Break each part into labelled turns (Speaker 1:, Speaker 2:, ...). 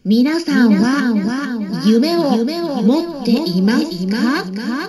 Speaker 1: 皆さんは夢を持っていますか？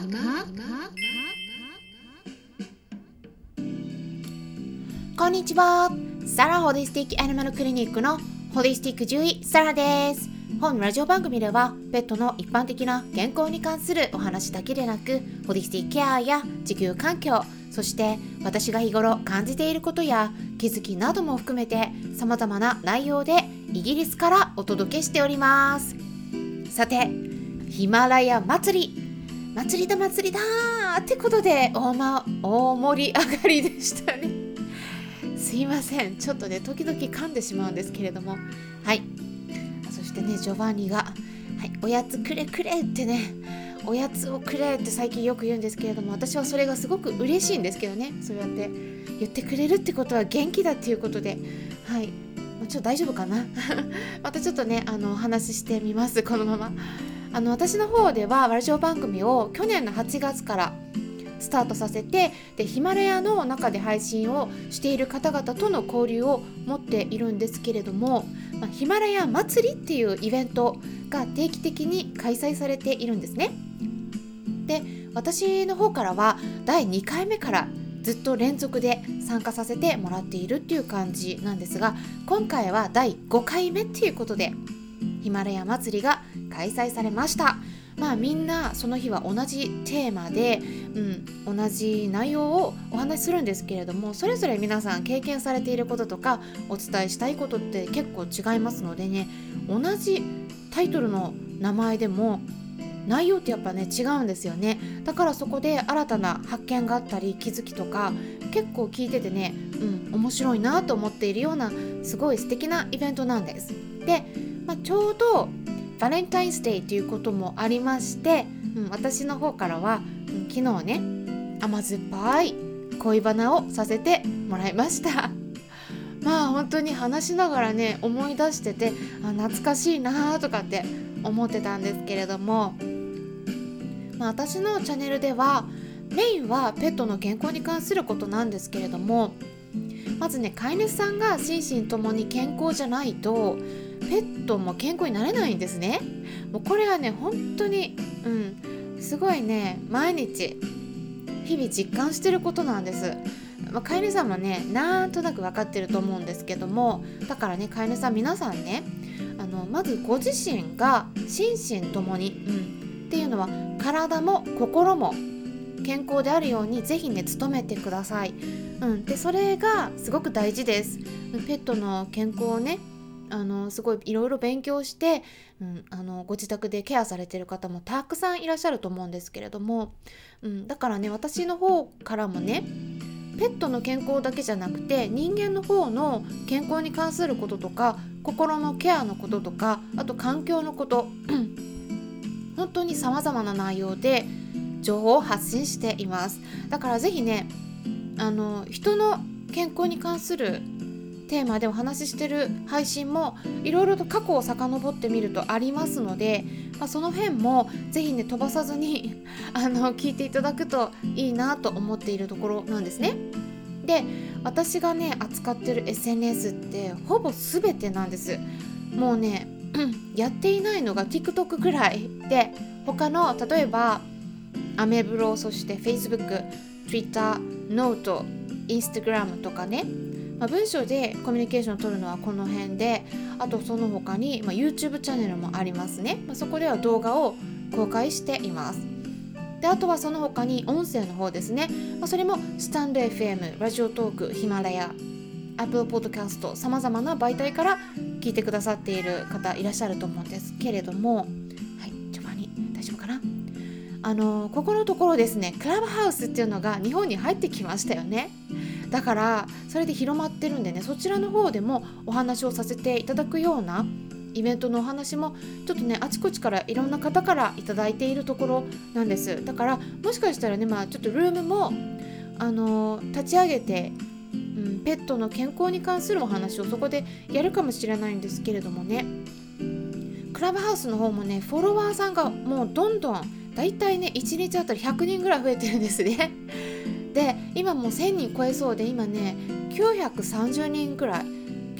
Speaker 2: こんにちは。サラホリスティックアニマルクリニックのホリスティック獣医サラです。本ラジオ番組ではペットの一般的な健康に関するお話だけでなく、ホリスティックケアや地球環境、そして私が日頃感じていることや気づきなども含めて様々な内容でイギリスからお届けしております。さて、ヒマラヤ祭りだってことで大盛り上がりでしたね。すいません、ちょっとね時々噛んでしまうんですけれども、はい。そしてね、ジョバンニが、おやつくれってね、おやつをくれって最近よく言うんですけれども、私はそれがすごく嬉しいんですけどね。そうやって言ってくれるってことは元気だっていうことで、はい、ちょっと大丈夫かなまたちょっとねお話ししてみます。このまま私の方ではラジオ番組を去年の8月からスタートさせて、でヒマラヤの中で配信をしている方々との交流を持っているんですけれども、ヒマラヤ祭りっていうイベントが定期的に開催されているんですね。で、私の方からは第2回目からずっと連続で参加させてもらっているっていう感じなんですが、今回は第5回目っていうことでヒマラヤ祭りが開催されました。みんなその日は同じテーマで、同じ内容をお話しするんですけれども、それぞれ皆さん経験されていることとかお伝えしたいことって結構違いますのでね、同じタイトルの名前でも内容ってやっぱね違うんですよね。だからそこで新たな発見があったり気づきとか結構聞いててね、面白いなと思っているようなすごい素敵なイベントなんです。で、ちょうどバレンタインスデーということもありまして、私の方からは、昨日ね甘酸っぱい恋バナをさせてもらいました。本当に話しながらね思い出してて、懐かしいなとかって思ってたんですけれども、私のチャンネルではメインはペットの健康に関することなんですけれども、まずね飼い主さんが心身ともに健康じゃないとペットも健康になれないんですね。もうこれはね本当に、すごいね毎日日々実感してることなんです。飼い主さんもねなんとなく分かってると思うんですけども、だからね飼い主さん皆さんねまずご自身が心身ともに、っていうのは体も心も健康であるようにぜひね努めてください。でそれがすごく大事です。ペットの健康をねすごいいろいろ勉強して、ご自宅でケアされている方もたくさんいらっしゃると思うんですけれども、だからね私の方からもねペットの健康だけじゃなくて人間の方の健康に関することとか心のケアのこととか、あと環境のこと本当に様々な内容で情報を発信しています。だからぜひね人の健康に関するテーマでお話ししてる配信もいろいろと過去を遡ってみるとありますので、その辺もぜひね飛ばさずに聞いていただくといいなと思っているところなんですね。で、私がね扱ってる SNS ってほぼ全てなんです。もうねやっていないのが TikTok くらいで、他の例えばアメブロ、そして Facebook、Twitter、ノート、Instagram とかね、文章でコミュニケーションを取るのはこの辺で、あとその他に、YouTube チャンネルもありますね。そこでは動画を公開しています。で、あとはその他に音声の方ですね。それもスタンド FM、ラジオトーク、ヒマラヤ、Apple Podcast、さまざまな媒体から聞いてくださっている方いらっしゃると思うんですけれども、ジョバンニ大丈夫かな。ここのところですね、クラブハウスっていうのが日本に入ってきましたよね。だからそれで広まってるんでね、そちらの方でもお話をさせていただくようなイベントのお話もちょっとねあちこちからいろんな方からいただいているところなんです。だからもしかしたらね、ちょっとルームも立ち上げて、ペットの健康に関するお話をそこでやるかもしれないんですけれどもね、クラブハウスの方もねフォロワーさんがもうどんどんだいたいね1日あたり100人ぐらい増えてるんですね。で、今もう1000人超えそうで、今ね930人くらい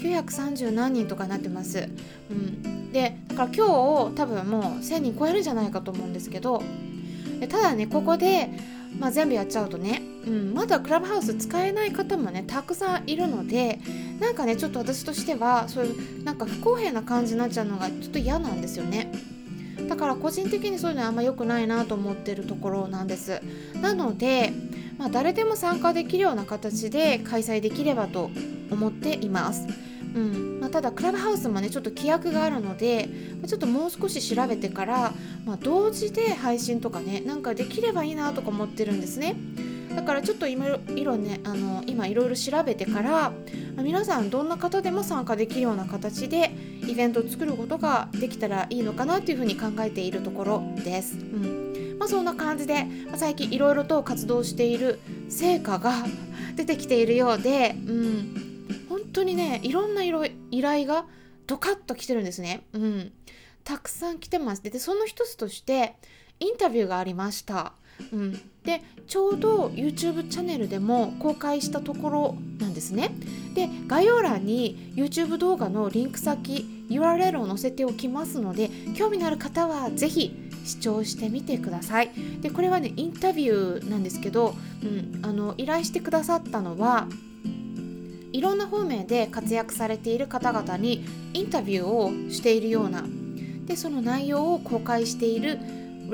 Speaker 2: 930何人とかになってます、でだから今日多分もう1000人超えるんじゃないかと思うんですけど、ただねここで、全部やっちゃうとね、まだクラブハウス使えない方もねたくさんいるので、なんかねちょっと私としてはそういうなんか不公平な感じになっちゃうのがちょっと嫌なんですよね。だから個人的にそういうのはあんま良くないなと思ってるところなんです。なので、誰でも参加できるような形で開催できればと思っています。ただクラブハウスもねちょっと規約があるので、ちょっともう少し調べてから、同時で配信とかねなんかできればいいなとか思ってるんですね。だからちょっと今いろいろ調べてから、皆さんどんな方でも参加できるような形でイベントを作ることができたらいいのかなというふうに考えているところです。そんな感じで、最近いろいろと活動している成果が出てきているようで、本当にねいろんな依頼がドカッと来てるんですね。たくさん来てます。でその一つとしてインタビューがありました。でちょうど YouTube チャンネルでも公開したところなんですね。で概要欄に YouTube 動画のリンク先 URL を載せておきますので、興味のある方はぜひ視聴してみてください。でこれはねインタビューなんですけど、依頼してくださったのはいろんな方面で活躍されている方々にインタビューをしているような、でその内容を公開している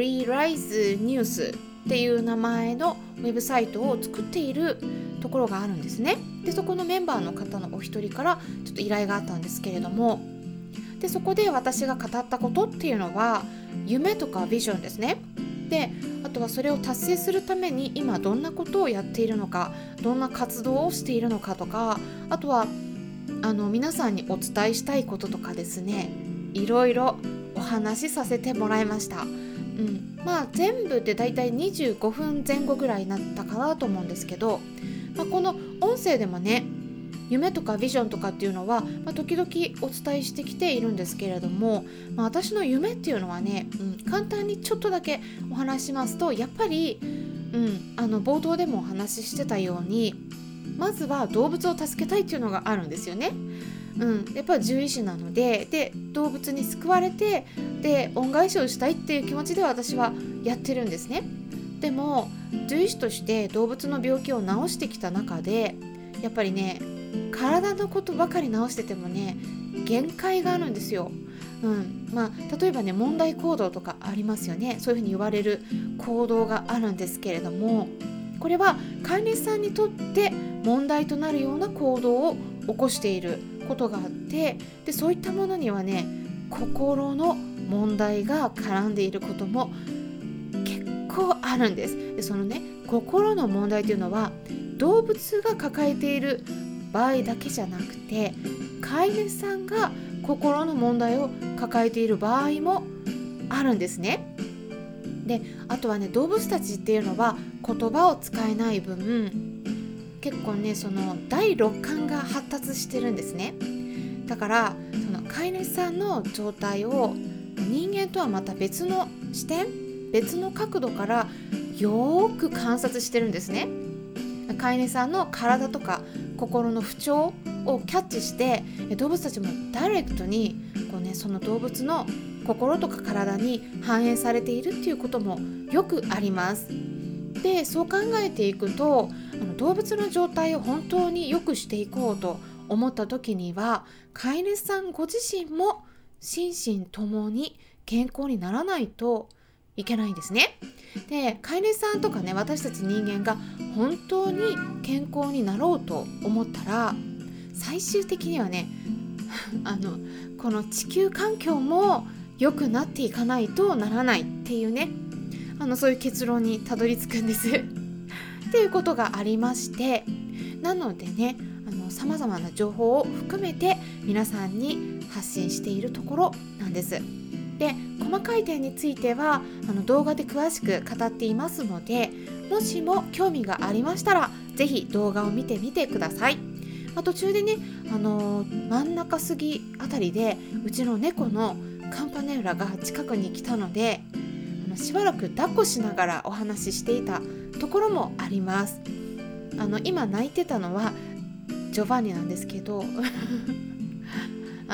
Speaker 2: Rerise News っていう名前のウェブサイトを作っているところがあるんですね。でそこのメンバーの方のお一人からちょっと依頼があったんですけれども、でそこで私が語ったことっていうのは夢とかビジョンですね。であとはそれを達成するために今どんなことをやっているのか、どんな活動をしているのかとか、あとは皆さんにお伝えしたいこととかですね、いろいろお話しさせてもらいました。全部でだいたい25分前後ぐらいになったかなと思うんですけど、この音声でもね夢とかビジョンとかっていうのは、時々お伝えしてきているんですけれども、私の夢っていうのはね、簡単にちょっとだけお話ししますと、やっぱり、冒頭でもお話ししてたように、まずは動物を助けたいっていうのがあるんですよね。やっぱり獣医師なので、動物に救われて、で恩返しをしたいっていう気持ちで私はやってるんですね。でも獣医師として動物の病気を治してきた中で、やっぱりね体のことばかり治しててもね限界があるんですよ。例えばね問題行動とかありますよね。そういうふうに言われる行動があるんですけれども、これは飼い主さんにとって問題となるような行動を起こしていることがあって、でそういったものにはね心の問題が絡んでいることも結構あるんです。でそのね心の問題というのは動物が抱えている場合だけじゃなくて、飼い主さんが心の問題を抱えている場合もあるんですね。であとはね動物たちっていうのは言葉を使えない分、結構ねその第六感が発達してるんですね。だからその飼い主さんの状態を人間とはまた別の視点、別の角度からよーく観察してるんですね。飼い主さんの体とか心の不調をキャッチして、動物たちもダイレクトにその動物の心とか体に反映されているっていうこともよくあります。でそう考えていくと、動物の状態を本当に良くしていこうと思った時には、飼い主さんご自身も心身ともに健康にならないといけないんですね。で飼い主さんとかね私たち人間が本当に健康になろうと思ったら、最終的にはねこの地球環境も良くなっていかないとならないっていうね、そういう結論にたどり着くんですっていうことがありまして、なのでね様々な情報を含めて皆さんに発信しているところなんです。で細かい点については動画で詳しく語っていますので、もしも興味がありましたらぜひ動画を見てみてください。途中でね真ん中過ぎあたりでうちの猫のカンパネウラが近くに来たので、しばらく抱っこしながらお話ししていたところもあります。今泣いてたのはジョバンニなんですけど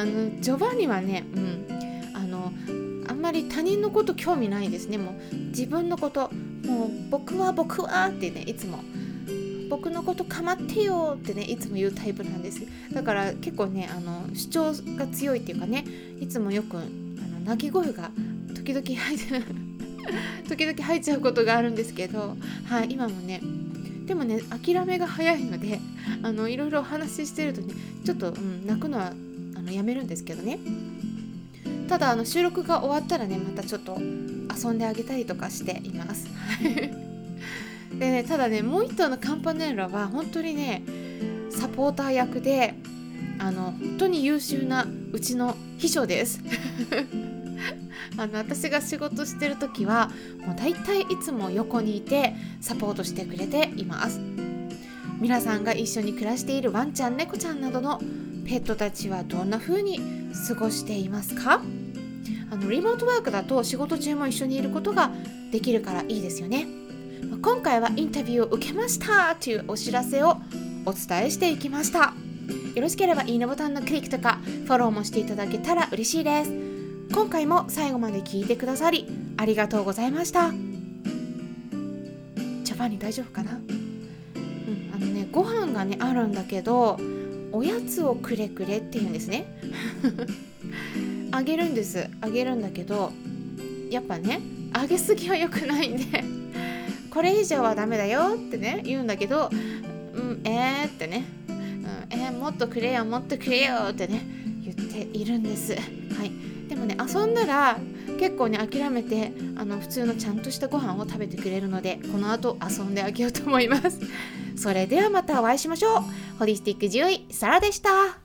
Speaker 2: ジョバンニはね、あんまり他人のこと興味ないですね。もう自分のこと、もう僕はってね、いつも僕のこと構ってよってね、いつも言うタイプなんです。だから結構ね、主張が強いっていうかね、いつもよく鳴き声が時々入っちゃうことがあるんですけど、はい、今もね、でもね、諦めが早いので、いろいろお話ししてるとね、ちょっと、泣くのはやめるんですけどね。ただ収録が終わったらね、またちょっと遊んであげたりとかしています。でね、ただね、もう一頭のカンパネーラは本当にね、サポーター役で本当に優秀なうちの秘書です。私が仕事してる時はもうだいたいいつも横にいてサポートしてくれています。皆さんが一緒に暮らしているワンちゃん、猫ちゃんなどのペットたちはどんな風に過ごしていますか？リモートワークだと仕事中も一緒にいることができるからいいですよね。今回はインタビューを受けましたというお知らせをお伝えしていきました。よろしければいいねボタンのクリックとかフォローもしていただけたら嬉しいです。今回も最後まで聞いてくださりありがとうございました。ジョバンニ大丈夫かな？ご飯がねあるんだけど、おやつをくれって言うんですね。あげるんだけど、やっぱね、あげすぎは良くないんでこれ以上はダメだよってね言うんだけど、ってね、もっとくれよってね言っているんです。はい。でもね、遊んだら結構ね諦めて普通のちゃんとしたご飯を食べてくれるので、この後遊んであげようと思います。それではまたお会いしましょう。ホリスティック獣医サラでした。